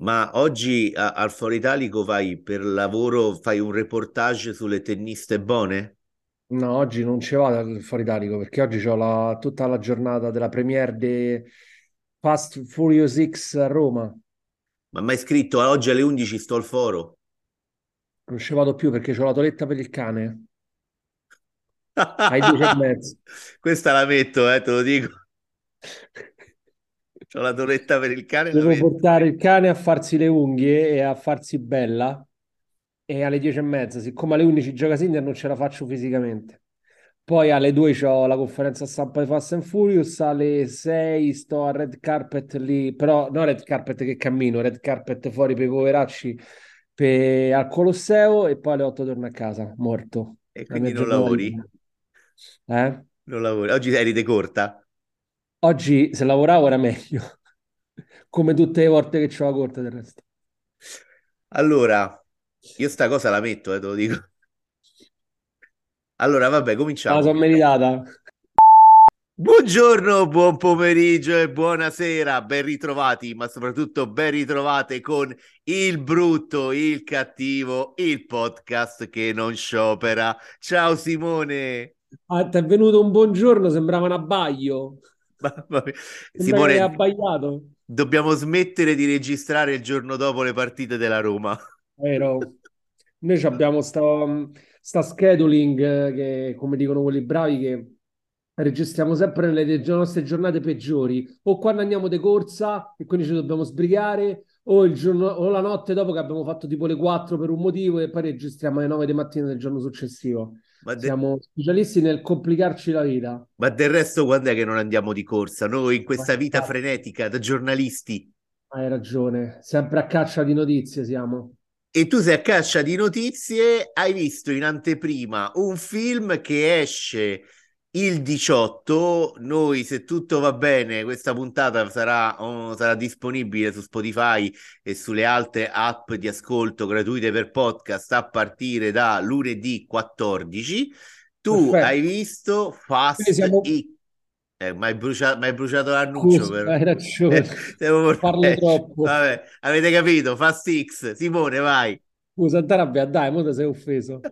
Ma oggi al Foro Italico vai per lavoro, fai un reportage sulle tenniste buone? No, oggi non ci vado al Foro Italico perché oggi ho tutta la giornata della premiere di Fast Furious X a Roma. Ma mai scritto oggi alle 11 sto al foro? Non ci vado più perché ho la toletta per il cane alle 10:30. Questa la metto, te lo dico. C'ho la torretta per il cane, la Devo metto. portare il cane a farsi le unghie e a farsi bella e alle 10:30, siccome alle 11 gioca Sinner non ce la faccio fisicamente. Poi alle 2 c'ho la conferenza stampa di Fast and Furious, alle 6 sto al red carpet lì, però non red carpet che cammino, red carpet fuori per i poveracci al Colosseo e poi alle 8 torno a casa, morto. E La quindi mia non giornata lavori? libera. Eh? Non lavori. Oggi eri de corta? Oggi se lavoravo era meglio, come tutte le volte che c'ho la corte del resto. Allora, io sta cosa la metto, te lo dico. Allora, vabbè, Me la cominciamo. sono meritata. Buongiorno, buon pomeriggio e buonasera, ben ritrovati, ma soprattutto ben ritrovate con il brutto, il cattivo, il podcast che non sciopera. Ciao Simone. Ah, ti è venuto un buongiorno, sembrava un abbaglio. Mamma mia. Sembra che hai Simone, abbaiato. dobbiamo smettere di registrare il giorno dopo le partite della Roma. Vero? Noi ci abbiamo sta scheduling che, come dicono quelli bravi, che registriamo sempre nelle nostre giornate peggiori, o quando andiamo di corsa e quindi ci dobbiamo sbrigare, o, o la notte dopo che abbiamo fatto tipo le 4 per un motivo e poi registriamo alle 9 di mattina del giorno successivo. Ma, Siamo specialisti nel complicarci la vita. ma del resto, quando è che non andiamo di corsa? Noi in questa vita Infatti, frenetica da giornalisti. hai ragione, sempre a caccia di notizie siamo. E tu sei a caccia di notizie, hai visto in anteprima un film che esce il 18. Noi, se tutto va bene, questa puntata sarà disponibile su Spotify e sulle altre app di ascolto gratuite per podcast a partire da lunedì 14. Tu hai Perfetto. visto Quindi Fast siamo... X. Mi hai bruciato l'annuncio Scusa, per... hai ragione, Siamo parlo vorrei. troppo. Vabbè, avete capito? Fast X. Simone, vai. Scusa, Tarabia, dai, mo ti sei offeso.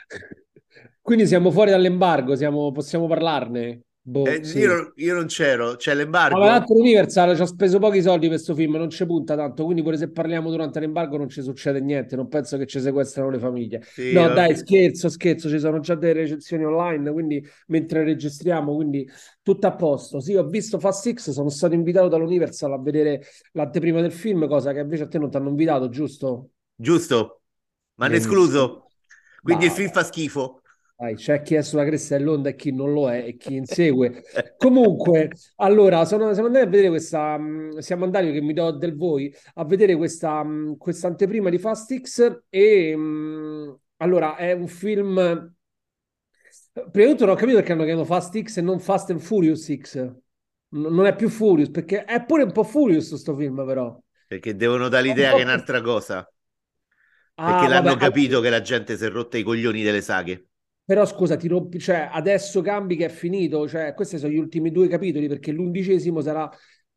Quindi siamo fuori dall'embargo, possiamo parlarne? Boh, Io, sì. io non c'ero, c'è Ma tra l'embargo? l'altro Universal ci ha speso pochi soldi per questo film, non ci punta tanto, quindi pure se parliamo durante l'embargo non ci succede niente, non penso che ci sequestrano le famiglie. Sì, No, dai, vabbè. scherzo, ci sono già delle recensioni online, quindi mentre registriamo, quindi tutto a posto. Sì, ho visto Fast Six, sono stato invitato dall'Universal a vedere l'anteprima del film, cosa che invece a te non ti hanno invitato, giusto? Giusto? Ma hanno Benissimo. escluso? Quindi il Bah, film fa schifo. dai, c'è chi è sulla cresta dell'onda e chi non lo è e chi insegue. Comunque, allora, siamo andati a vedere questa. Siamo andati, che mi do del voi, a vedere questa anteprima di Fast X. E allora è un film. Prima di tutto non ho capito perché hanno chiamato Fast X e non Fast and Furious X. Non è più Furious, perché è pure un po' Furious sto film, però. Perché devono dare È un l'idea che è po' più... un'altra cosa. Perché Ah, l'hanno vabbè, capito che la gente si è rotta i coglioni delle saghe. però scusa, ti rompi, cioè adesso cambi che è finito, cioè questi sono gli ultimi due capitoli perché l'undicesimo sarà,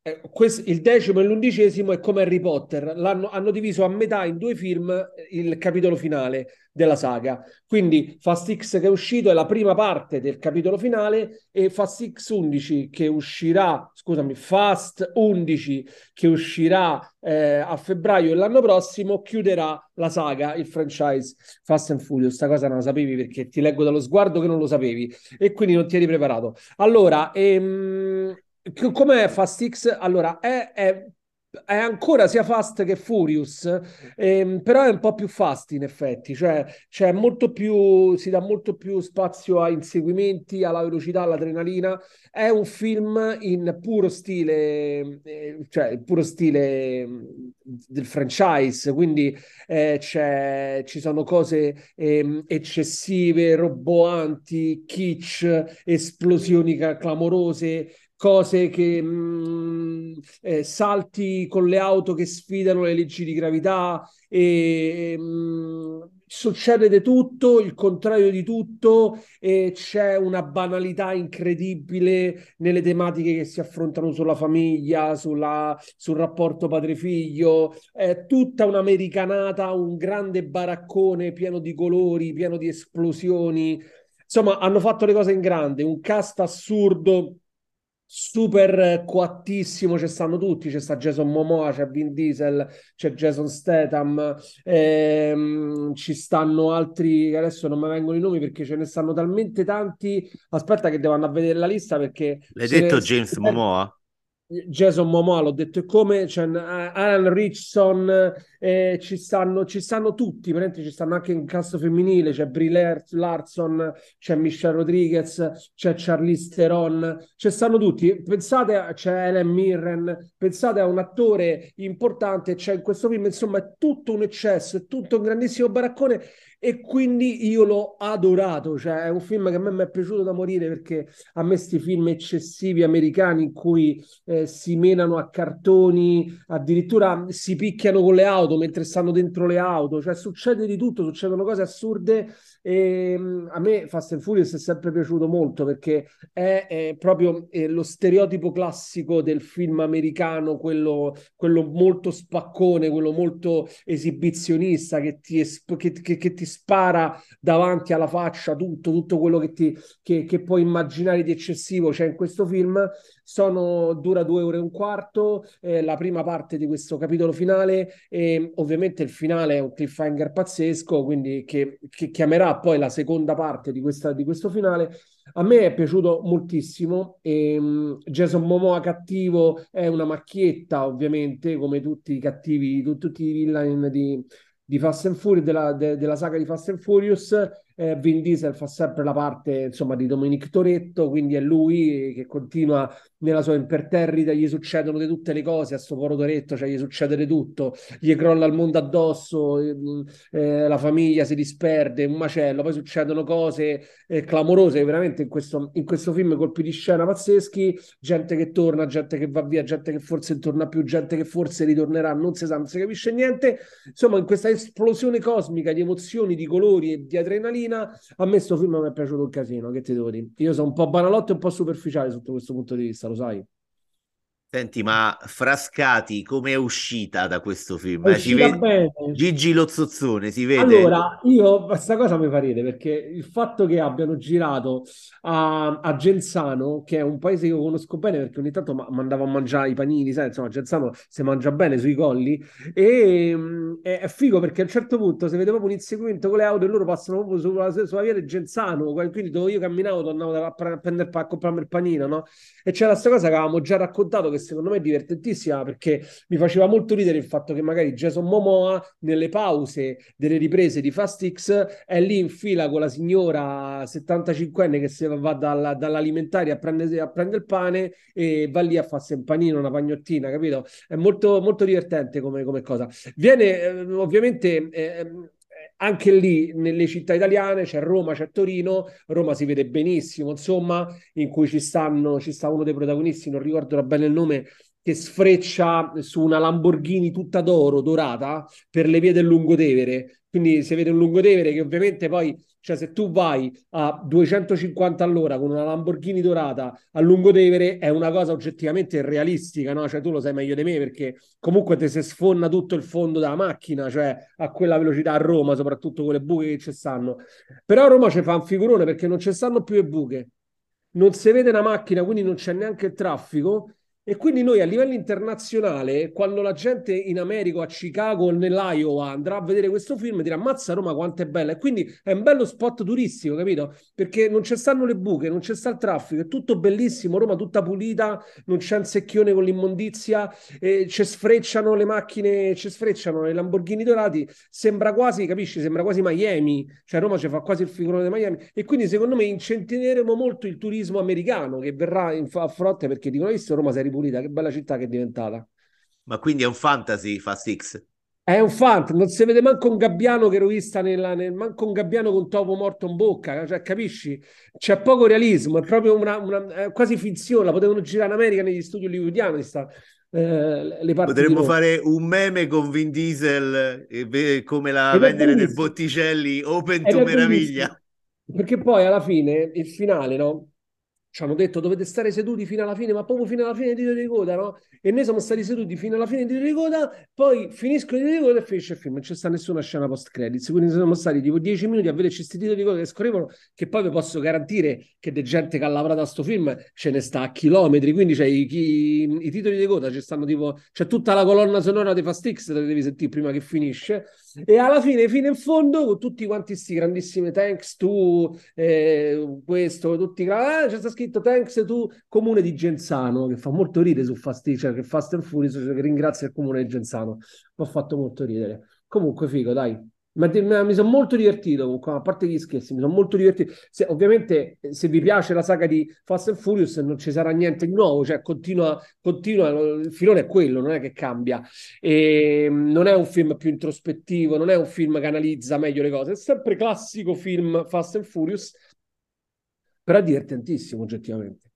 il decimo e l'undicesimo è come Harry Potter, hanno diviso a metà in due film il capitolo finale della saga, quindi Fast X che è uscito è la prima parte del capitolo finale e Fast X 11 che uscirà, scusami, Fast 11 che uscirà a febbraio dell'anno prossimo chiuderà la saga, il franchise Fast and Furious. Sta cosa non la sapevi perché ti leggo dallo sguardo che non lo sapevi e quindi non ti eri preparato. Allora, com'è Fast X? Allora, è ancora sia Fast che Furious, però è un po' più fast in effetti, cioè c'è molto più, si dà molto più spazio a inseguimenti, alla velocità, all'adrenalina. È un film in puro stile, cioè il puro stile del franchise, quindi ci sono cose eccessive, roboanti, kitsch, esplosioni clamorose, cose che salti con le auto che sfidano le leggi di gravità e succede di tutto, il contrario di tutto, e c'è una banalità incredibile nelle tematiche che si affrontano sulla famiglia, sul rapporto padre-figlio. È tutta un'americanata, un grande baraccone pieno di colori, pieno di esplosioni. Insomma, hanno fatto le cose in grande, un cast assurdo, super coattissimo, ci stanno tutti, c'è sta Jason Momoa, c'è Vin Diesel, c'è Jason Statham, ci stanno altri, che adesso non mi vengono i nomi perché ce ne stanno talmente tanti, aspetta che devo andare a vedere la lista perché L'hai detto James Momoa? Jason Momoa, l'ho detto, e come c'è Alan Richardson, ci stanno tutti, veramente ci stanno anche in cast femminile, c'è Brie Larson, c'è Michelle Rodriguez, c'è Charlize Theron, ci stanno tutti. Pensate, c'è Helen Mirren, pensate a un attore importante, c'è in questo film, insomma, è tutto un eccesso, è tutto un grandissimo baraccone e quindi io l'ho adorato, cioè è un film che a me mi è piaciuto da morire perché a me questi film eccessivi americani in cui si menano a cartoni, addirittura si picchiano con le auto mentre stanno dentro le auto, cioè succede di tutto, succedono cose assurde e a me Fast and Furious è sempre piaciuto molto perché è proprio lo stereotipo classico del film americano, quello molto spaccone, quello molto esibizionista che ti spara davanti alla faccia tutto quello che puoi immaginare di eccessivo c'è in questo film. Dura 2 ore e un quarto, la prima parte di questo capitolo finale e ovviamente il finale è un cliffhanger pazzesco, quindi che chiamerà poi la seconda parte di questo finale. A me è piaciuto moltissimo. Jason Momoa cattivo è una macchietta, ovviamente, come tutti i cattivi, tutti i villain di Fast and Furious, della saga di Fast and Furious. Vin Diesel fa sempre la parte, insomma, di Dominic Toretto, quindi è lui che continua nella sua imperterrita, gli succedono di tutte le cose a sto povero Toretto, cioè gli succede di tutto, gli crolla il mondo addosso, la famiglia si disperde, un macello, poi succedono cose clamorose, veramente in questo film colpi di scena pazzeschi, gente che torna, gente che va via, gente che forse non torna più, gente che forse ritornerà, non si sa, non si capisce niente. Insomma, in questa esplosione cosmica di emozioni, di colori e di adrenalina, a me sto film mi è piaciuto un casino, che ti devo dire? Io sono un po' banalotto e un po' superficiale sotto questo punto di vista, lo sai. Senti, ma Frascati come è uscita da questo È film? Si uscita vede bene. Gigi lo zozzone, si vede? Allora, io questa cosa mi fa ridere perché il fatto che abbiano girato a Genzano, che è un paese che io conosco bene perché ogni tanto mandavo a mangiare i panini, sai, insomma, a Genzano si mangia bene sui colli e è figo perché a un certo punto si vede proprio un inseguimento con le auto e loro passano proprio sulla via del Genzano, quindi dove io camminavo tornavo a comprarmi il panino, no? E c'era questa cosa che avevamo già raccontato che secondo me è divertentissima perché mi faceva molto ridere il fatto che magari Jason Momoa nelle pause delle riprese di Fast X è lì in fila con la signora 75enne che se va dall'alimentare a prendere il pane e va lì a farsi un panino, una pagnottina, capito? È molto, molto divertente come cosa. Viene ovviamente anche lì nelle città italiane c'è Roma, c'è Torino, Roma si vede benissimo, insomma, in cui ci sta uno dei protagonisti, non ricordo bene il nome, che sfreccia su una Lamborghini tutta d'oro, dorata, per le vie del Lungotevere. Quindi si vede un Lungotevere che ovviamente poi, cioè se tu vai a 250 all'ora con una Lamborghini dorata a Lungotevere è una cosa oggettivamente irrealistica, no? Cioè tu lo sai meglio di me perché comunque ti si sfonda tutto il fondo della macchina, cioè a quella velocità a Roma, soprattutto con le buche che ci stanno. Però a Roma ci fa un figurone perché non ci stanno più le buche, non si vede una macchina, quindi non c'è neanche il traffico. E quindi noi a livello internazionale, quando la gente in America, a Chicago o nell'Iowa andrà a vedere questo film, dirà ammazza Roma quanto è bella. E quindi è un bello spot turistico, capito? Perché non ci stanno le buche, non c'è sta il traffico, è tutto bellissimo, Roma tutta pulita, non c'è un secchione con l'immondizia, ci sfrecciano le macchine, ci sfrecciano le Lamborghini dorati, sembra quasi, capisci? Sembra quasi Miami, cioè Roma ci fa quasi il figurone di Miami e quindi secondo me incentiveremo molto il turismo americano che verrà a fronte perché dicono, hai visto Roma sei ripulita, che bella città che è diventata. Ma quindi è un fantasy Fast X? È un fan, non si vede manco un gabbiano che rovista manco un gabbiano con topo morto in bocca, cioè, capisci? C'è poco realismo, è proprio è quasi finzione, la potevano girare in America negli studi hollywoodiani, le parti di Potremmo Roma. fare un meme con Vin Diesel, come la Ed è Venere del bellissimo, Botticelli, Open ed to è bellissimo, Meraviglia. perché poi alla fine, il finale, no? Ci hanno detto dovete stare seduti fino alla fine, ma proprio fino alla fine dei titoli di coda, no? E noi siamo stati seduti fino alla fine dei titoli di coda, poi finiscono i titoli di coda e finisce il film, non c'è sta nessuna scena post credits, quindi siamo stati tipo 10 minuti a vedere questi titoli di coda che scorrevano, che poi vi posso garantire che di gente che ha lavorato a sto film ce ne sta a chilometri, quindi c'è i titoli di coda, ci stanno tipo, c'è tutta la colonna sonora dei Fast X, la devi sentire prima che finisce, e alla fine, fino in fondo, con tutti quanti questi grandissimi thanks to questo, tutti, c'è sta scritto thanks to comune di Genzano, che fa molto ridere su Fast, cioè che Fast and Furious, cioè che ringrazia il comune di Genzano. Mi ha fatto molto ridere. Comunque, figo, dai. Mi sono molto divertito, comunque, a parte gli scherzi, mi sono molto divertito. Ovviamente, se vi piace la saga di Fast and Furious, non ci sarà niente di nuovo, cioè continua, il filone è quello, non è che cambia. E non è un film più introspettivo, non è un film che analizza meglio le cose, è sempre classico film Fast and Furious, però è divertentissimo oggettivamente.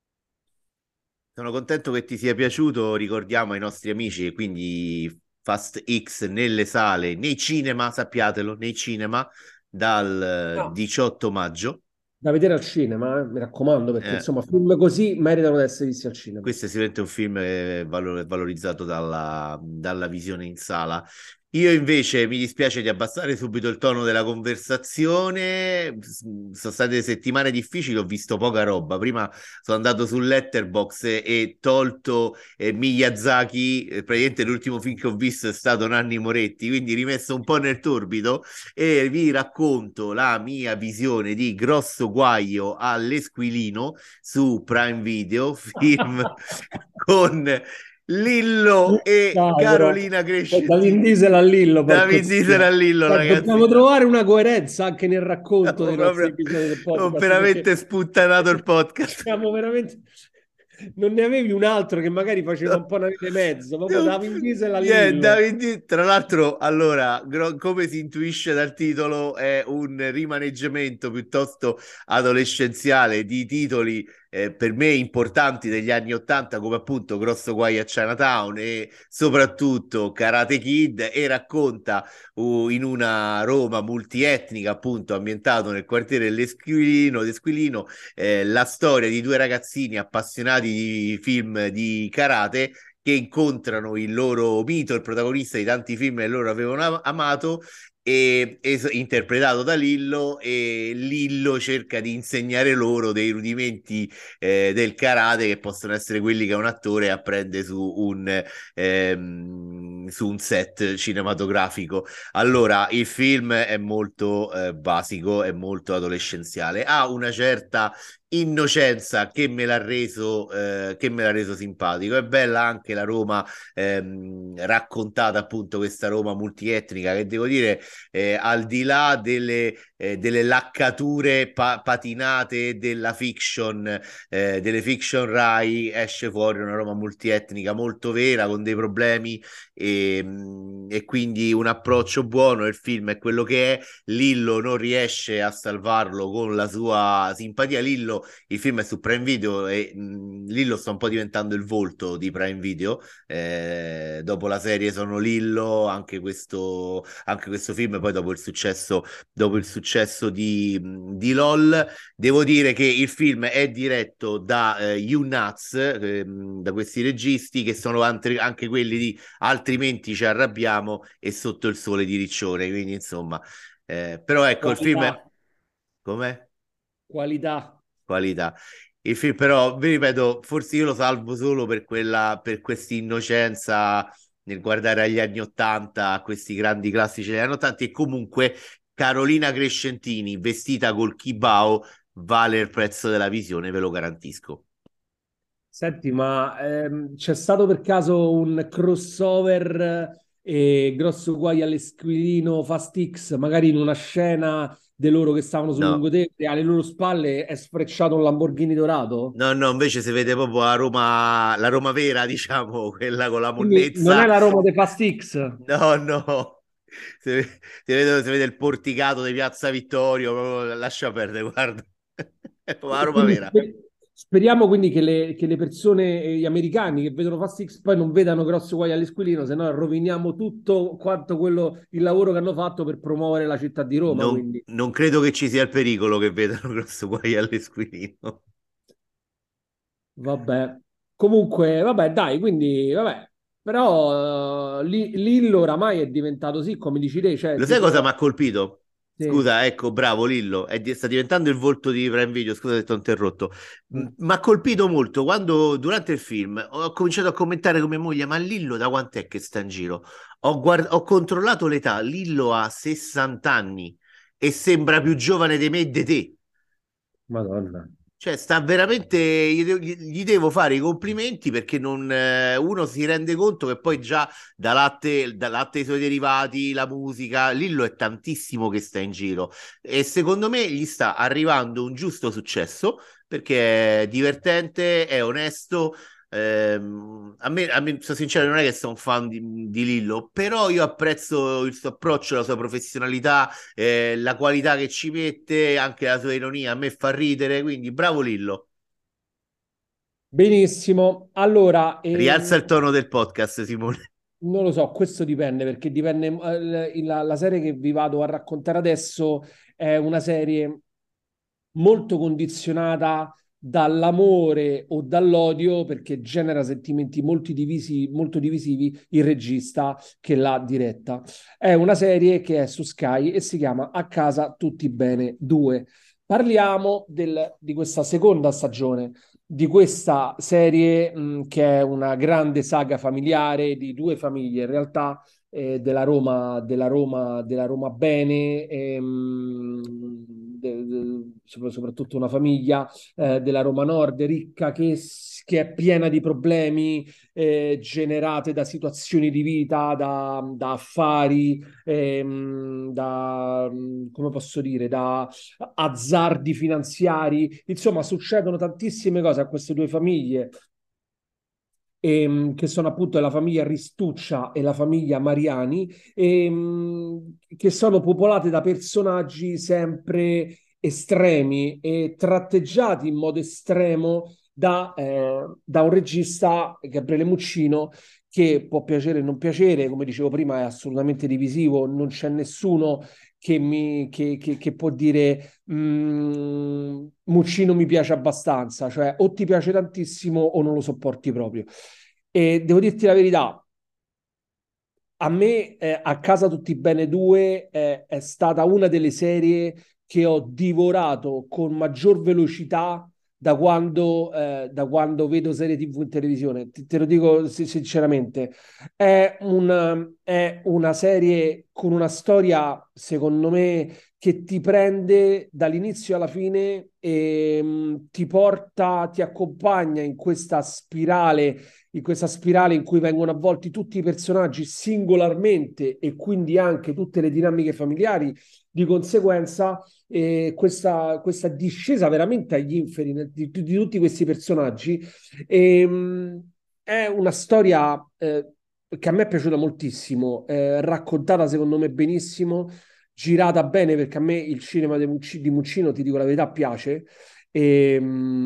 Sono contento che ti sia piaciuto, ricordiamo ai nostri amici, quindi Fast X nelle sale, nei cinema, sappiatelo, nei cinema, dal No, 18 maggio. da vedere al cinema, mi raccomando, perché Eh, insomma film così meritano di essere visti al cinema. Questo è sicuramente un film valorizzato dalla visione in sala. Io invece mi dispiace di abbassare subito il tono della conversazione. Sono state settimane difficili, ho visto poca roba. Prima sono andato su Letterboxd e tolto Miyazaki. Praticamente l'ultimo film che ho visto è stato Nanni Moretti, quindi rimesso un po' nel torbido e vi racconto la mia visione di Grosso Guaio all'Esquilino su Prime Video, film con Lillo e Dai, però, Carolina da Vin Crescentini. Diesel a Lillo, porco David Diesel zio. a Lillo, Dobbiamo ragazzi. trovare una coerenza anche nel racconto Ho dei nostri proprio episodi del ho podcast, veramente sputtanato il podcast. siamo veramente... Non ne avevi un altro che magari faceva un po' una via e mezzo, proprio da Vin Diesel a Lillo. Tra l'altro, allora, come si intuisce dal titolo, è un rimaneggiamento piuttosto adolescenziale di titoli per me importanti degli anni '80, come appunto Grosso Guai a Chinatown e soprattutto Karate Kid, e racconta in una Roma multietnica, appunto ambientato nel quartiere dell'Esquilino, la storia di due ragazzini appassionati di film di karate che incontrano il loro mito, il protagonista di tanti film che loro avevano amato, interpretato da Lillo, e Lillo cerca di insegnare loro dei rudimenti del karate che possono essere quelli che un attore apprende su un set cinematografico. Allora, il film è molto basico, è molto adolescenziale, ha una certa innocenza che me l'ha reso simpatico. È bella anche la Roma raccontata, appunto, questa Roma multietnica che devo dire, al di là delle laccature patinate delle fiction Rai, esce fuori una Roma multietnica molto vera, con dei problemi e quindi un approccio buono. Il film è quello che è. Lillo non riesce a salvarlo con la sua simpatia. Il film è su Prime Video e Lillo sta un po' diventando il volto di Prime Video. Dopo la serie Sono Lillo, anche questo film, poi dopo il successo di LOL, devo dire che il film è diretto da U-Nuts, da questi registi che sono anche quelli di Altrimenti ci arrabbiamo e Sotto il sole di Riccione, quindi insomma, però ecco, il film è... Qualità, Com'è? qualità. Qualità. Il film, però, vi ripeto, forse io lo salvo solo per questa innocenza nel guardare agli anni '80, a questi grandi classici degli anni '80, e comunque Carolina Crescentini vestita col kibao vale il prezzo della visione, ve lo garantisco. Senti, ma c'è stato per caso un crossover Grosso Guai all'Esquilino Fast X, magari in una scena di loro che stavano sul No, lungotevere, e alle loro spalle è sfrecciato un Lamborghini dorato? no, no, invece si vede proprio la Roma vera, diciamo, quella con la Quindi non è monnezza. la Roma dei Fast X? No, no. Si vede il porticato di Piazza Vittorio, proprio, lascia perdere, guarda. È proprio la Roma Quindi vera. speriamo quindi che le persone, gli americani che vedono Fast X poi non vedano Grosso uguali all'Esquilino, se no roviniamo tutto quanto il lavoro che hanno fatto per promuovere la città di Roma, quindi Non credo che ci sia il pericolo che vedano grosso guai all'Esquilino. vabbè. Comunque, vabbè, dai, quindi vabbè. Però Lillo oramai è diventato sì, come dici te, cioè Lo sai cosa mi tipo ha colpito? sì. Scusa, ecco, bravo Lillo, sta diventando il volto di Prime Video, scusa se ti ho interrotto. Mm. Mi ha colpito molto quando durante il film ho cominciato a commentare con mia moglie, ma Lillo da quant'è che sta in giro? Ho controllato l'età, Lillo ha 60 anni e sembra più giovane di me e di te. Madonna. Cioè, sta veramente, gli devo fare i complimenti perché non, uno si rende conto che poi già da latte ai suoi derivati, la musica, Lillo è tantissimo che sta in giro e secondo me gli sta arrivando un giusto successo perché è divertente, è onesto. A me, sono sincero, non è che sono un fan di Lillo, però io apprezzo il suo approccio, la sua professionalità, la qualità che ci mette, anche la sua ironia, a me fa ridere, quindi bravo Lillo. Benissimo. Allora, Rialza il tono del podcast, Simone. non lo so, questo dipende perché dipende. La serie che vi vado a raccontare adesso è una serie molto condizionata dall'amore o dall'odio perché genera sentimenti molto divisivi il regista che l'ha diretta. È una serie che è su Sky e si chiama A casa tutti bene 2. Parliamo di questa seconda stagione di questa serie che è una grande saga familiare di due famiglie in realtà della Roma bene, soprattutto una famiglia della Roma Nord ricca che è piena di problemi generate da situazioni di vita, da affari, come posso dire, da azzardi finanziari. Insomma, succedono tantissime cose a queste due famiglie che sono appunto la famiglia Ristuccia e la famiglia Mariani, che sono popolate da personaggi sempre estremi e tratteggiati in modo estremo da un regista, Gabriele Muccino, che può piacere o non piacere, come dicevo prima, è assolutamente divisivo, non c'è nessuno che può dire Muccino mi piace abbastanza, cioè o ti piace tantissimo o non lo sopporti proprio. E devo dirti la verità, a me A casa tutti bene 2 è stata una delle serie che ho divorato con maggior velocità da quando vedo serie TV in televisione. Te lo dico sinceramente, è una serie con una storia, secondo me, che ti prende dall'inizio alla fine e ti accompagna in questa spirale in cui vengono avvolti tutti i personaggi singolarmente e quindi anche tutte le dinamiche familiari. Di conseguenza, questa discesa veramente agli inferi di tutti questi personaggi è una storia che a me è piaciuta moltissimo, raccontata secondo me benissimo, girata bene perché a me il cinema di Muccino, ti dico la verità, piace. E,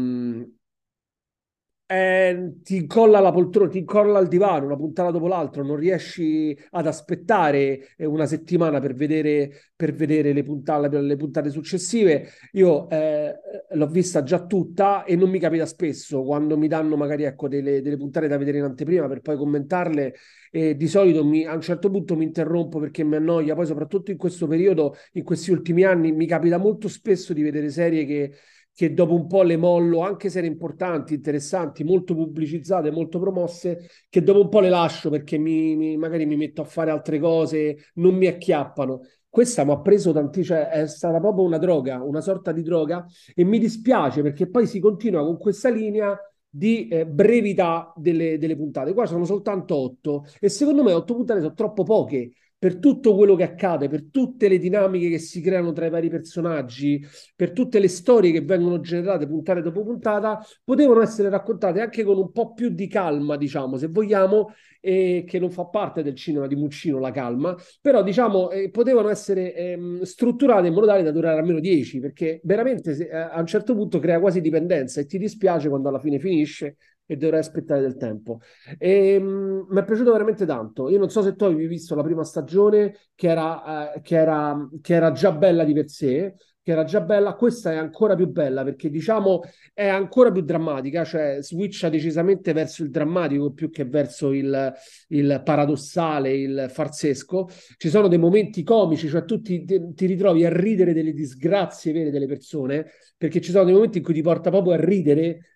ti incolla la poltrona, ti incolla il divano una puntata dopo l'altra, non riesci ad aspettare una settimana per vedere le puntate successive. Io l'ho vista già tutta e non mi capita spesso quando mi danno magari ecco, delle puntate da vedere in anteprima per poi commentarle. E di solito a un certo punto mi interrompo perché mi annoia, poi soprattutto in questo periodo, in questi ultimi anni, mi capita molto spesso di vedere serie che dopo un po' le mollo, anche serie importanti, interessanti, molto pubblicizzate, molto promosse, che dopo un po' le lascio perché magari mi metto a fare altre cose, non mi acchiappano. Questa mi ha preso tanti, cioè è stata proprio una droga, una sorta di droga, e mi dispiace perché poi si continua con questa linea di brevità delle puntate. Qua sono soltanto 8 e secondo me 8 puntate sono troppo poche per tutto quello che accade, per tutte le dinamiche che si creano tra i vari personaggi, per tutte le storie che vengono generate puntata dopo puntata, potevano essere raccontate anche con un po' più di calma, diciamo, se vogliamo, e che non fa parte del cinema di Muccino la calma, però diciamo potevano essere strutturate in modo tale da durare almeno 10, perché veramente a un certo punto crea quasi dipendenza e ti dispiace quando alla fine finisce e dovrai aspettare del tempo. Mi è piaciuto veramente tanto. Io non so se tu avevi visto la prima stagione che era già bella di per sé, che era già bella, questa è ancora più bella perché diciamo è ancora più drammatica, cioè switcha decisamente verso il drammatico più che verso il paradossale, il farsesco. Ci sono dei momenti comici, cioè tu ti ritrovi a ridere delle disgrazie vere delle persone, perché ci sono dei momenti in cui ti porta proprio a ridere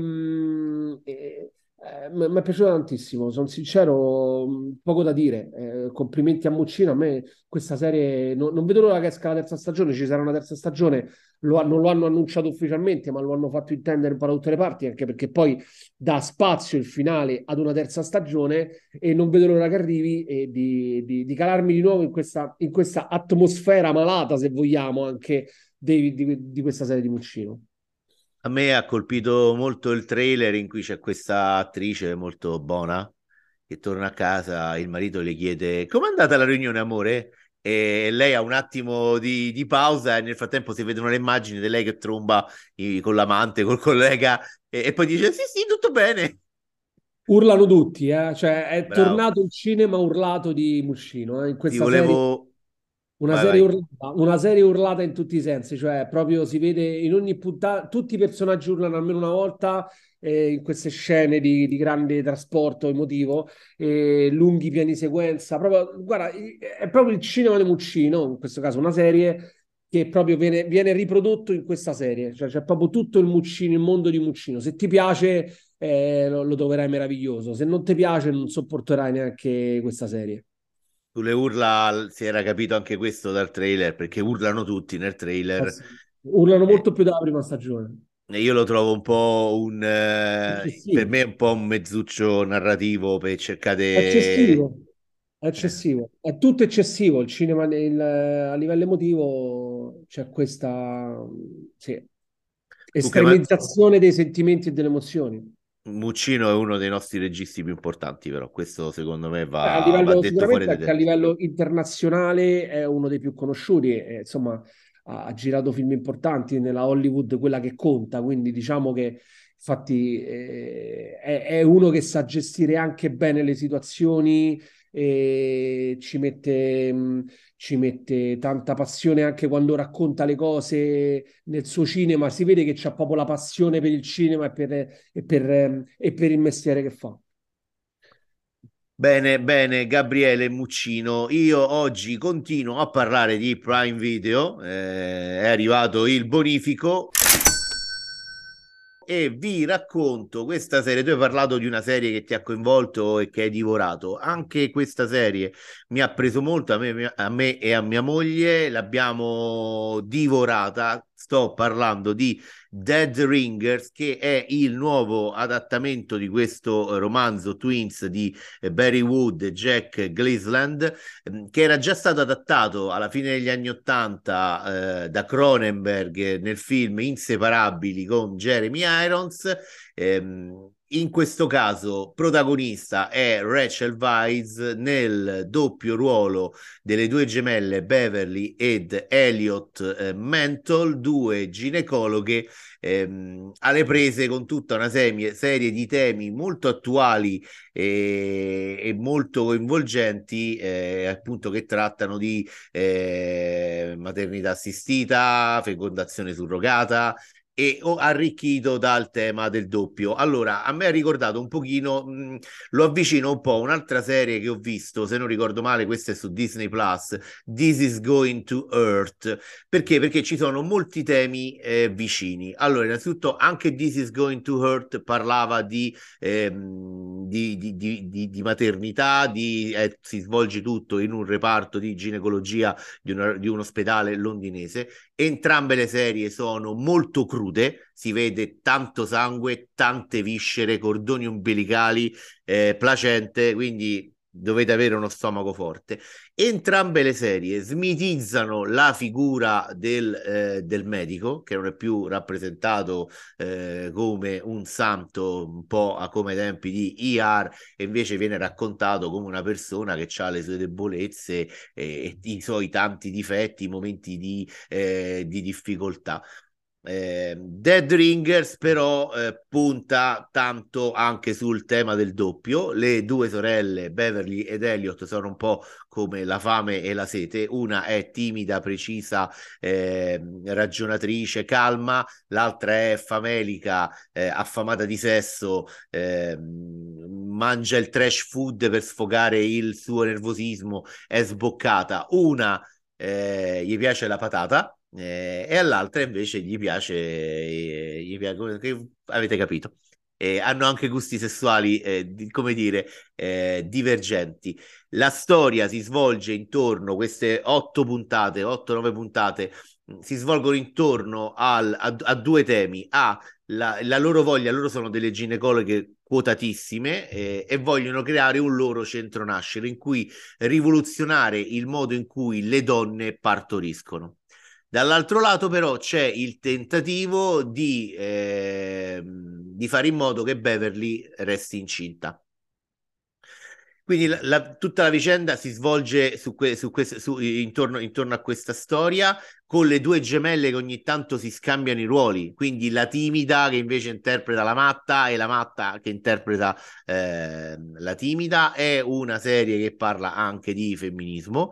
mi è piaciuto tantissimo, sono sincero, poco da dire. Complimenti a Muccino, a me questa serie non vedo l'ora che esca la terza stagione, ci sarà una terza stagione, non lo hanno annunciato ufficialmente, ma lo hanno fatto intendere un po' da tutte le parti, anche perché poi dà spazio il finale ad una terza stagione e non vedo l'ora che arrivi e di calarmi di nuovo in questa atmosfera malata, se vogliamo, anche di questa serie di Muccino. A me ha colpito molto il trailer in cui c'è questa attrice molto buona che torna a casa, il marito le chiede com'è andata la riunione, amore? E lei ha un attimo di pausa e nel frattempo si vedono le immagini di lei che tromba con l'amante, col collega e poi dice sì, sì, tutto bene. Urlano tutti, cioè è Bravo. tornato il cinema urlato di Muccino, in Ti questa serie. volevo... Vai, vai. Una serie urlata in tutti i sensi, cioè proprio si vede in ogni puntata, tutti i personaggi urlano almeno una volta in queste scene di grande trasporto emotivo, lunghi piani sequenza, proprio, guarda, è proprio il cinema di Muccino, in questo caso una serie che proprio viene riprodotto in questa serie, cioè c'è proprio tutto il Muccino, il mondo di Muccino. Se ti piace lo troverai meraviglioso, se non ti piace non sopporterai neanche questa serie. Sulle urla si era capito anche questo dal trailer, perché urlano tutti nel trailer. Sì. Urlano Eh, molto più della prima stagione. e io lo trovo un po' per Eccessivo, me un po' un mezzuccio narrativo per è cercare... eccessivo, è eccessivo, è tutto eccessivo. Il cinema a livello emotivo c'è questa sì, Comunque, ma estremizzazione dei sentimenti e delle emozioni. Muccino è uno dei nostri registi più importanti, però questo secondo me A va livello, detto fuori sicuramente dai anche a denti. livello internazionale è uno dei più conosciuti, e, insomma ha girato film importanti nella Hollywood, quella che conta, quindi diciamo che infatti è uno che sa gestire anche bene le situazioni e ci mette tanta passione anche quando racconta le cose nel suo cinema, si vede che c'ha proprio la passione per il cinema e per il mestiere che fa. Bene, bene, Gabriele Muccino, io oggi continuo a parlare di Prime Video, è arrivato il bonifico e vi racconto questa serie. Tu hai parlato di una serie che ti ha coinvolto e che hai divorato. Anche questa serie mi ha preso molto a me e a mia moglie, l'abbiamo divorata. Sto parlando di Dead Ringers, che è il nuovo adattamento di questo romanzo Twins di Barry Wood e Jack Gleasland, che era già stato adattato alla fine degli anni Ottanta da Cronenberg nel film Inseparabili con Jeremy Irons. In questo caso protagonista è Rachel Weisz nel doppio ruolo delle due gemelle Beverly ed Elliot Mantle, due ginecologhe alle prese con tutta una serie di temi molto attuali e molto coinvolgenti, appunto, che trattano di maternità assistita, fecondazione surrogata e arricchito dal tema del doppio. Allora, a me ha ricordato un pochino, lo avvicino un po' a un'altra serie che ho visto, se non ricordo male, questa è su Disney Plus, This is Going to Earth. Perché? Perché ci sono molti temi vicini. Allora, innanzitutto, anche This is Going to Earth parlava di maternità, si svolge tutto in un reparto di ginecologia di un ospedale londinese. Entrambe le serie sono molto crude, si vede tanto sangue, tante viscere, cordoni umbilicali, placente, quindi dovete avere uno stomaco forte. Entrambe le serie smitizzano la figura del medico, che non è più rappresentato come un santo, un po' come ai tempi di ER, e invece viene raccontato come una persona che ha le sue debolezze e i suoi tanti difetti, momenti di difficoltà. Dead Ringers però punta tanto anche sul tema del doppio. Le due sorelle Beverly ed Elliot sono un po' come la fame e la sete. Una è timida, precisa, ragionatrice, calma, l'altra è famelica, affamata di sesso, mangia il trash food per sfogare il suo nervosismo, è sboccata. Una gli piace la patata, e all'altra invece avete capito. Hanno anche gusti sessuali, come dire, divergenti. La storia si svolge intorno, queste 8 puntate, 8-9 puntate, si svolgono intorno a due temi. La loro voglia, loro sono delle ginecologhe quotatissime, e vogliono creare un loro centro nascere in cui rivoluzionare il modo in cui le donne partoriscono. Dall'altro lato, però, c'è il tentativo di fare in modo che Beverly resti incinta. Quindi tutta la vicenda si svolge intorno a questa storia, con le due gemelle che ogni tanto si scambiano i ruoli. Quindi la timida che invece interpreta la matta e la matta che interpreta la timida. È una serie che parla anche di femminismo.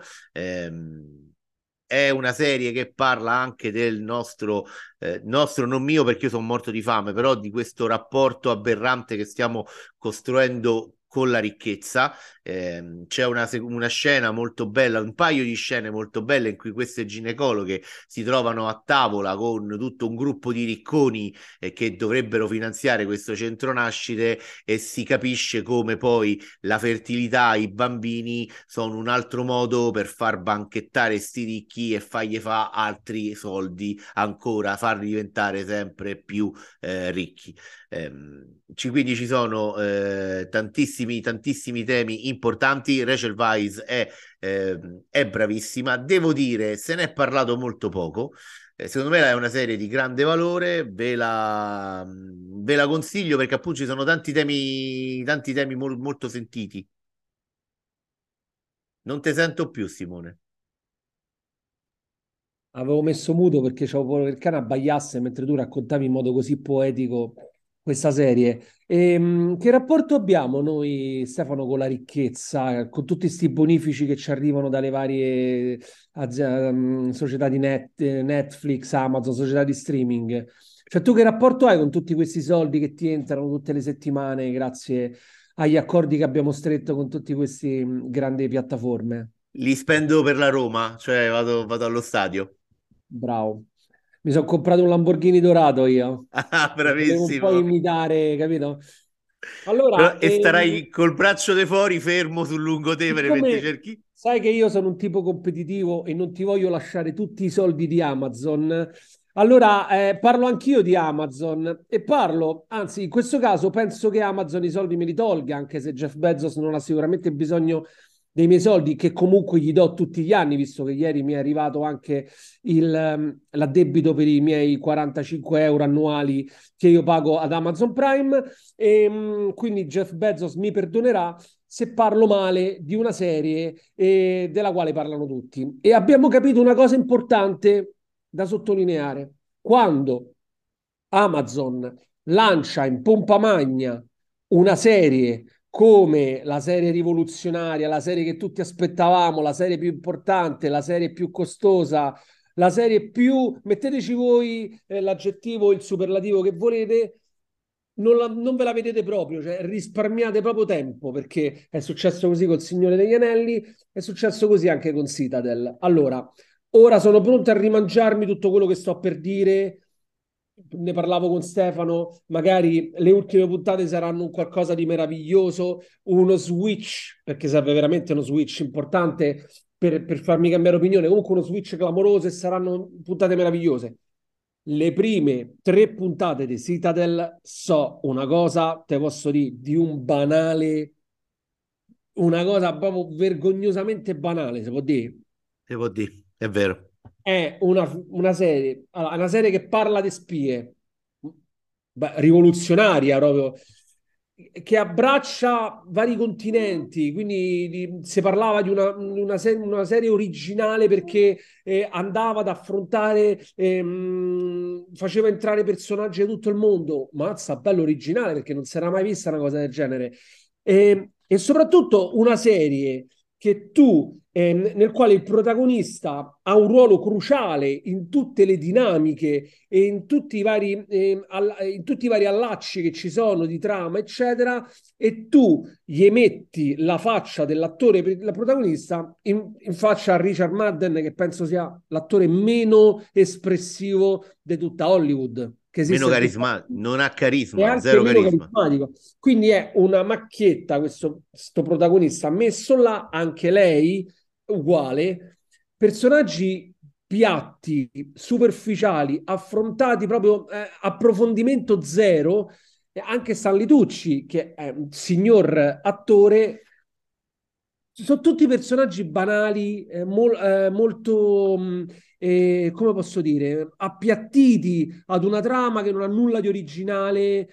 È una serie che parla anche del nostro, non mio perché io sono morto di fame, però di questo rapporto aberrante che stiamo costruendo con la ricchezza. C'è una scena molto bella, un paio di scene molto belle in cui queste ginecologhe si trovano a tavola con tutto un gruppo di ricconi che dovrebbero finanziare questo centro nascite, e si capisce come poi la fertilità, i bambini sono un altro modo per far banchettare sti ricchi e fargli fa altri soldi ancora, farli diventare sempre più ricchi. Quindi ci sono tantissimi temi importanti. Rachel Weisz è bravissima, devo dire, se ne è parlato molto poco. Secondo me è una serie di grande valore, ve la consiglio perché appunto ci sono tanti temi molto sentiti. Non ti sento più, Simone. Avevo messo muto perché c'avevo paura che il cane abbaiasse mentre tu raccontavi in modo così poetico questa serie. Che rapporto abbiamo noi, Stefano, con la ricchezza, con tutti questi bonifici che ci arrivano dalle varie società di Netflix, Amazon, società di streaming? Cioè, tu che rapporto hai con tutti questi soldi che ti entrano tutte le settimane grazie agli accordi che abbiamo stretto con tutte queste grandi piattaforme? Li spendo per la Roma, cioè vado allo stadio. Bravo. Mi sono comprato un Lamborghini dorato io. Ah, Volevo un po' bravissimo. imitare, capito? Allora, E starai col braccio di fuori fermo sul lungotevere mentre siccome cerchi. sai che io sono un tipo competitivo e non ti voglio lasciare tutti i soldi di Amazon, allora parlo anch'io di Amazon e parlo, anzi, in questo caso penso che Amazon i soldi me li tolga, anche se Jeff Bezos non ha sicuramente bisogno dei miei soldi, che comunque gli do tutti gli anni, visto che ieri mi è arrivato anche l'addebito per i miei 45 euro annuali che io pago ad Amazon Prime. E, quindi Jeff Bezos mi perdonerà se parlo male di una serie della quale parlano tutti. E abbiamo capito una cosa importante da sottolineare. Quando Amazon lancia in pompa magna una serie come la serie rivoluzionaria, la serie che tutti aspettavamo, la serie più importante, la serie più costosa, la serie più, metteteci voi l'aggettivo, il superlativo che volete, non ve la vedete proprio, cioè risparmiate proprio tempo, perché è successo così col Signore degli Anelli, è successo così anche con Citadel. Allora, ora sono pronto a rimangiarmi tutto quello che sto per dire. Ne parlavo con Stefano, magari le ultime puntate saranno un qualcosa di meraviglioso, uno switch, perché serve veramente uno switch importante per farmi cambiare opinione, comunque uno switch clamoroso e saranno puntate meravigliose. Le prime 3 puntate di Citadel so una cosa, te posso dire, di un banale una cosa proprio vergognosamente banale, si può dire. Si può dire, è vero. È una serie, allora, una serie che parla di spie, beh, rivoluzionaria proprio, che abbraccia vari continenti, quindi si parlava di una serie originale perché andava ad affrontare, faceva entrare personaggi di tutto il mondo. Mazza, bello originale perché non si era mai vista una cosa del genere. E soprattutto una serie che tu, nel quale il protagonista ha un ruolo cruciale in tutte le dinamiche e in tutti i vari allacci che ci sono di trama, eccetera, e tu gli metti la faccia dell'attore, il protagonista, in faccia a Richard Madden, che penso sia l'attore meno espressivo di tutta Hollywood, che Meno esiste in tutta carisma, non ha e carisma, anche zero meno carisma. carismatico. Quindi è una macchietta questo protagonista messo là, anche lei uguale, personaggi piatti, superficiali, affrontati proprio approfondimento zero. E anche Stanley Tucci, che è un signor attore, sono tutti personaggi banali, molto, come posso dire, appiattiti ad una trama che non ha nulla di originale.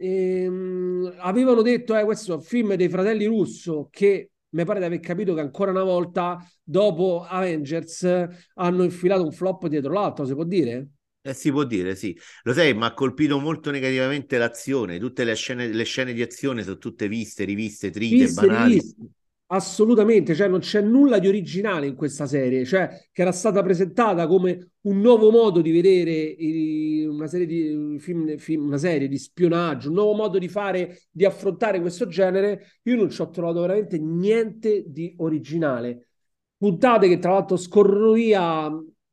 Avevano detto, questo è un film dei fratelli Russo, che mi pare di aver capito che ancora una volta, dopo Avengers, hanno infilato un flop dietro l'altro, si può dire? Si può dire, sì. Lo sai, mi ha colpito molto negativamente l'azione. Tutte le scene di azione sono tutte viste, riviste, trite, Viste, banali. riviste, assolutamente, cioè non c'è nulla di originale in questa serie, cioè che era stata presentata come un nuovo modo di vedere una serie di una serie di spionaggio, un nuovo modo di fare, di affrontare questo genere. Io non ci ho trovato veramente niente di originale. Puntate che tra l'altro scorrono via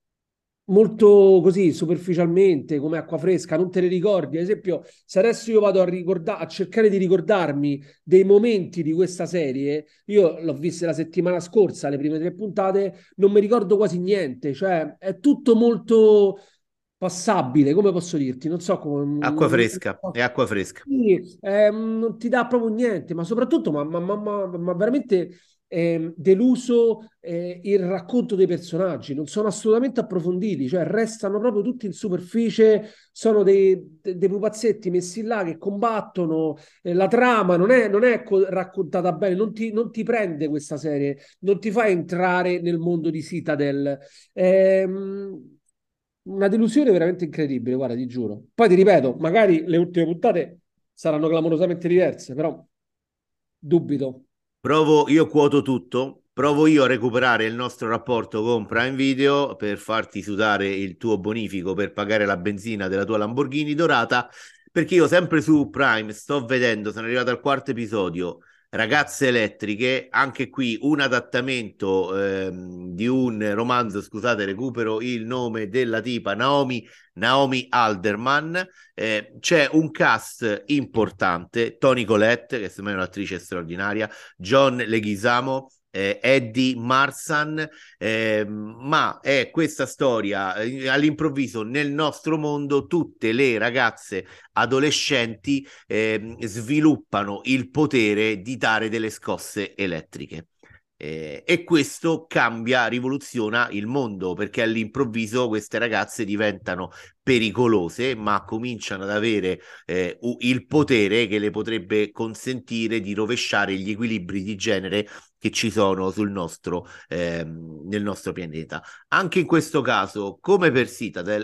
molto così superficialmente, come acqua fresca, non te le ricordi. Ad esempio, se adesso io vado a cercare di ricordarmi dei momenti di questa serie, io l'ho vista la settimana scorsa, le prime tre puntate, non mi ricordo quasi niente, cioè è tutto molto passabile, come posso dirti? Non so come... Acqua fresca, è acqua fresca. Sì, non ti dà proprio niente, ma soprattutto, ma veramente deluso il racconto dei personaggi, non sono assolutamente approfonditi, cioè restano proprio tutti in superficie, sono dei pupazzetti messi là che combattono, la trama non è raccontata bene, non ti prende questa serie, non ti fa entrare nel mondo di Citadel. Una delusione veramente incredibile, guarda, ti giuro. Poi ti ripeto, magari le ultime puntate saranno clamorosamente diverse, però dubito. Provo, io quoto tutto, provo io a recuperare il nostro rapporto con Prime Video per farti sudare il tuo bonifico per pagare la benzina della tua Lamborghini dorata, perché io sempre su Prime sto vedendo, sono arrivato al quarto episodio, Ragazze Elettriche, anche qui un adattamento di un romanzo, scusate, recupero il nome della tipa, Naomi Alderman. C'è un cast importante, Toni Collette, che secondo me è un'attrice straordinaria, John Leguizamo, Eddie Marsan, ma è questa storia all'improvviso nel nostro mondo tutte le ragazze adolescenti sviluppano il potere di dare delle scosse elettriche. E questo cambia, rivoluziona il mondo perché all'improvviso queste ragazze diventano pericolose, ma cominciano ad avere il potere che le potrebbe consentire di rovesciare gli equilibri di genere che ci sono nel nostro pianeta. Anche in questo caso, come per Citadel,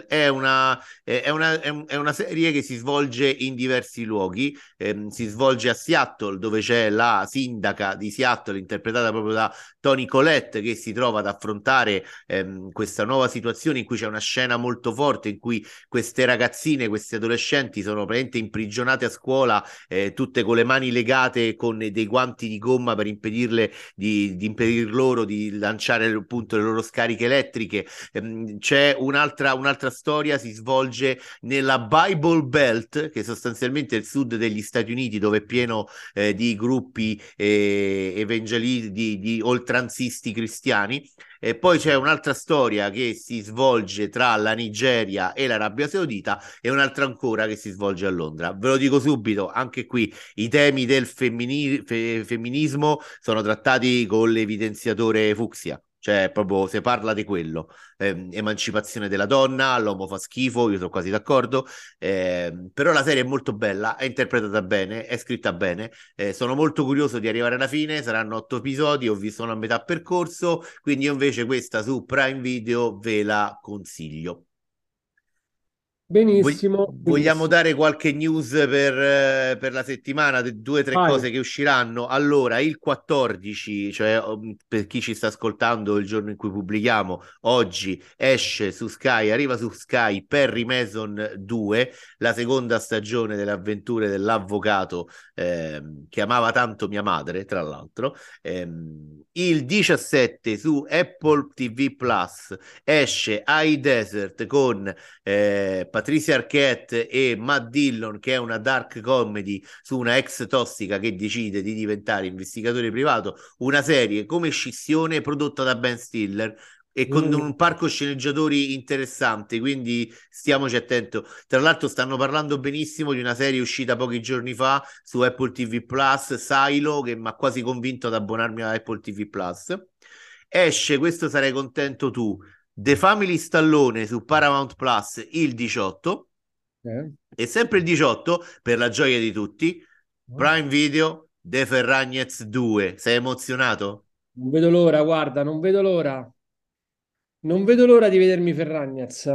è una serie che si svolge in diversi luoghi. Si svolge a Seattle, dove c'è la sindaca di Seattle, interpretata proprio da Toni Collette, che si trova ad affrontare questa nuova situazione in cui c'è una scena molto forte in cui queste ragazzine, queste adolescenti sono praticamente imprigionate a scuola, tutte con le mani legate con dei guanti di gomma per di impedir loro di lanciare appunto le loro scariche elettriche. C'è un'altra storia, si svolge nella Bible Belt, che sostanzialmente è il sud degli Stati Uniti, dove è pieno di gruppi evangelisti, di oltranzisti cristiani. E poi c'è un'altra storia che si svolge tra la Nigeria e l'Arabia Saudita e un'altra ancora che si svolge a Londra. Ve lo dico subito, anche qui i temi del femminismo sono trattati con l'evidenziatore fucsia. Cioè, proprio se parla di quello, emancipazione della donna, l'uomo fa schifo, io sono quasi d'accordo, però la serie è molto bella, è interpretata bene, è scritta bene, sono molto curioso di arrivare alla fine, saranno 8 episodi, ho visto una metà percorso, quindi io invece questa su Prime Video ve la consiglio. Benissimo, Vogliamo benissimo. dare qualche news per la settimana, due o tre Vai. cose che usciranno. Allora, il 14, cioè per chi ci sta ascoltando il giorno in cui pubblichiamo, oggi esce su Sky, arriva su Sky Perry Mason 2, la seconda stagione delle avventure dell'avvocato che amava tanto mia madre, tra l'altro. Il 17 su Apple TV Plus esce High Desert con Patricia Arquette e Matt Dillon, che è una dark comedy su una ex tossica che decide di diventare investigatore privato, una serie come scissione prodotta da Ben Stiller e con Mm. un parco sceneggiatori interessante, quindi stiamoci attenti. Tra l'altro stanno parlando benissimo di una serie uscita pochi giorni fa su Apple TV Plus, Silo, che mi ha quasi convinto ad abbonarmi a Apple TV Plus. Esce, questo sarai contento tu, The Family Stallone su Paramount Plus il 18 Eh? e sempre il 18 per la gioia di tutti Prime Video The Ferragnez 2. Sei emozionato? Non vedo l'ora, guarda, non vedo l'ora. Non vedo l'ora di vedermi Ferragnez.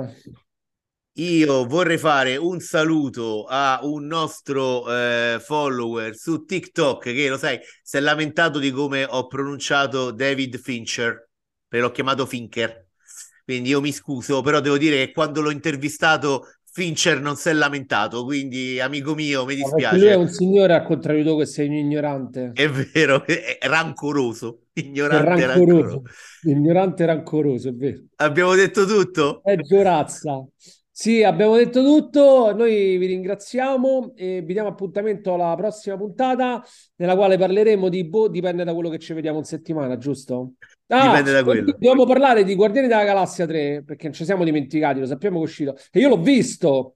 Io vorrei fare un saluto a un nostro follower su TikTok che, lo sai, si è lamentato di come ho pronunciato David Fincher, perché l'ho chiamato Fincher. Quindi io mi scuso, però devo dire che quando l'ho intervistato Fincher non si è lamentato, quindi amico mio, mi No, perché lui è dispiace. un signore, al contrario di tu, che sei un ignorante. È vero, è rancoroso, È ignorante e rancoroso. rancoroso. Ignorante e rancoroso, è vero. Abbiamo detto tutto? È Giorazza. Sì, abbiamo detto tutto. Noi vi ringraziamo e vi diamo appuntamento alla prossima puntata, nella quale parleremo di boh, dipende da quello che ci vediamo in settimana, giusto? Ah, Dipende da oddio, quello. dobbiamo parlare di Guardiani della Galassia 3, perché non ci siamo dimenticati, lo sappiamo che è uscito. E io l'ho visto,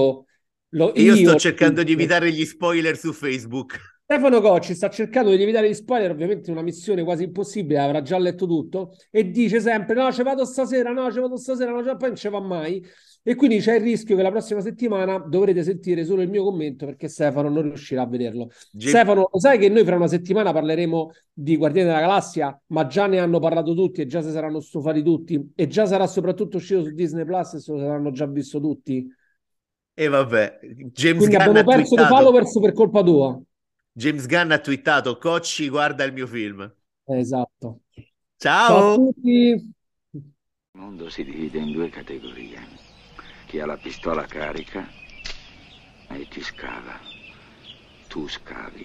E io sto l'ho cercando di visto. evitare gli spoiler su Facebook. Stefano Cocci sta cercando di evitare gli spoiler, ovviamente è una missione quasi impossibile, avrà già letto tutto, e dice sempre no, ci vado stasera, no, ci vado stasera, no, poi non ci va mai. E quindi c'è il rischio che la prossima settimana dovrete sentire solo il mio commento perché Stefano non riuscirà a vederlo. Ge- Stefano, lo sai che noi fra una settimana parleremo di Guardiani della Galassia, ma già ne hanno parlato tutti e già si saranno stufati tutti e già sarà soprattutto uscito su Disney Plus e se lo saranno già visto tutti. E vabbè, James Quindi Gunn abbiamo ha perso dei twittato. followers per colpa tua. James Gunn ha twittato, Cocci guarda il mio film. Esatto. Ciao a Ciao! tutti. Il mondo si divide in due categorie. Chi ha la pistola carica e chi scava. Tu scavi.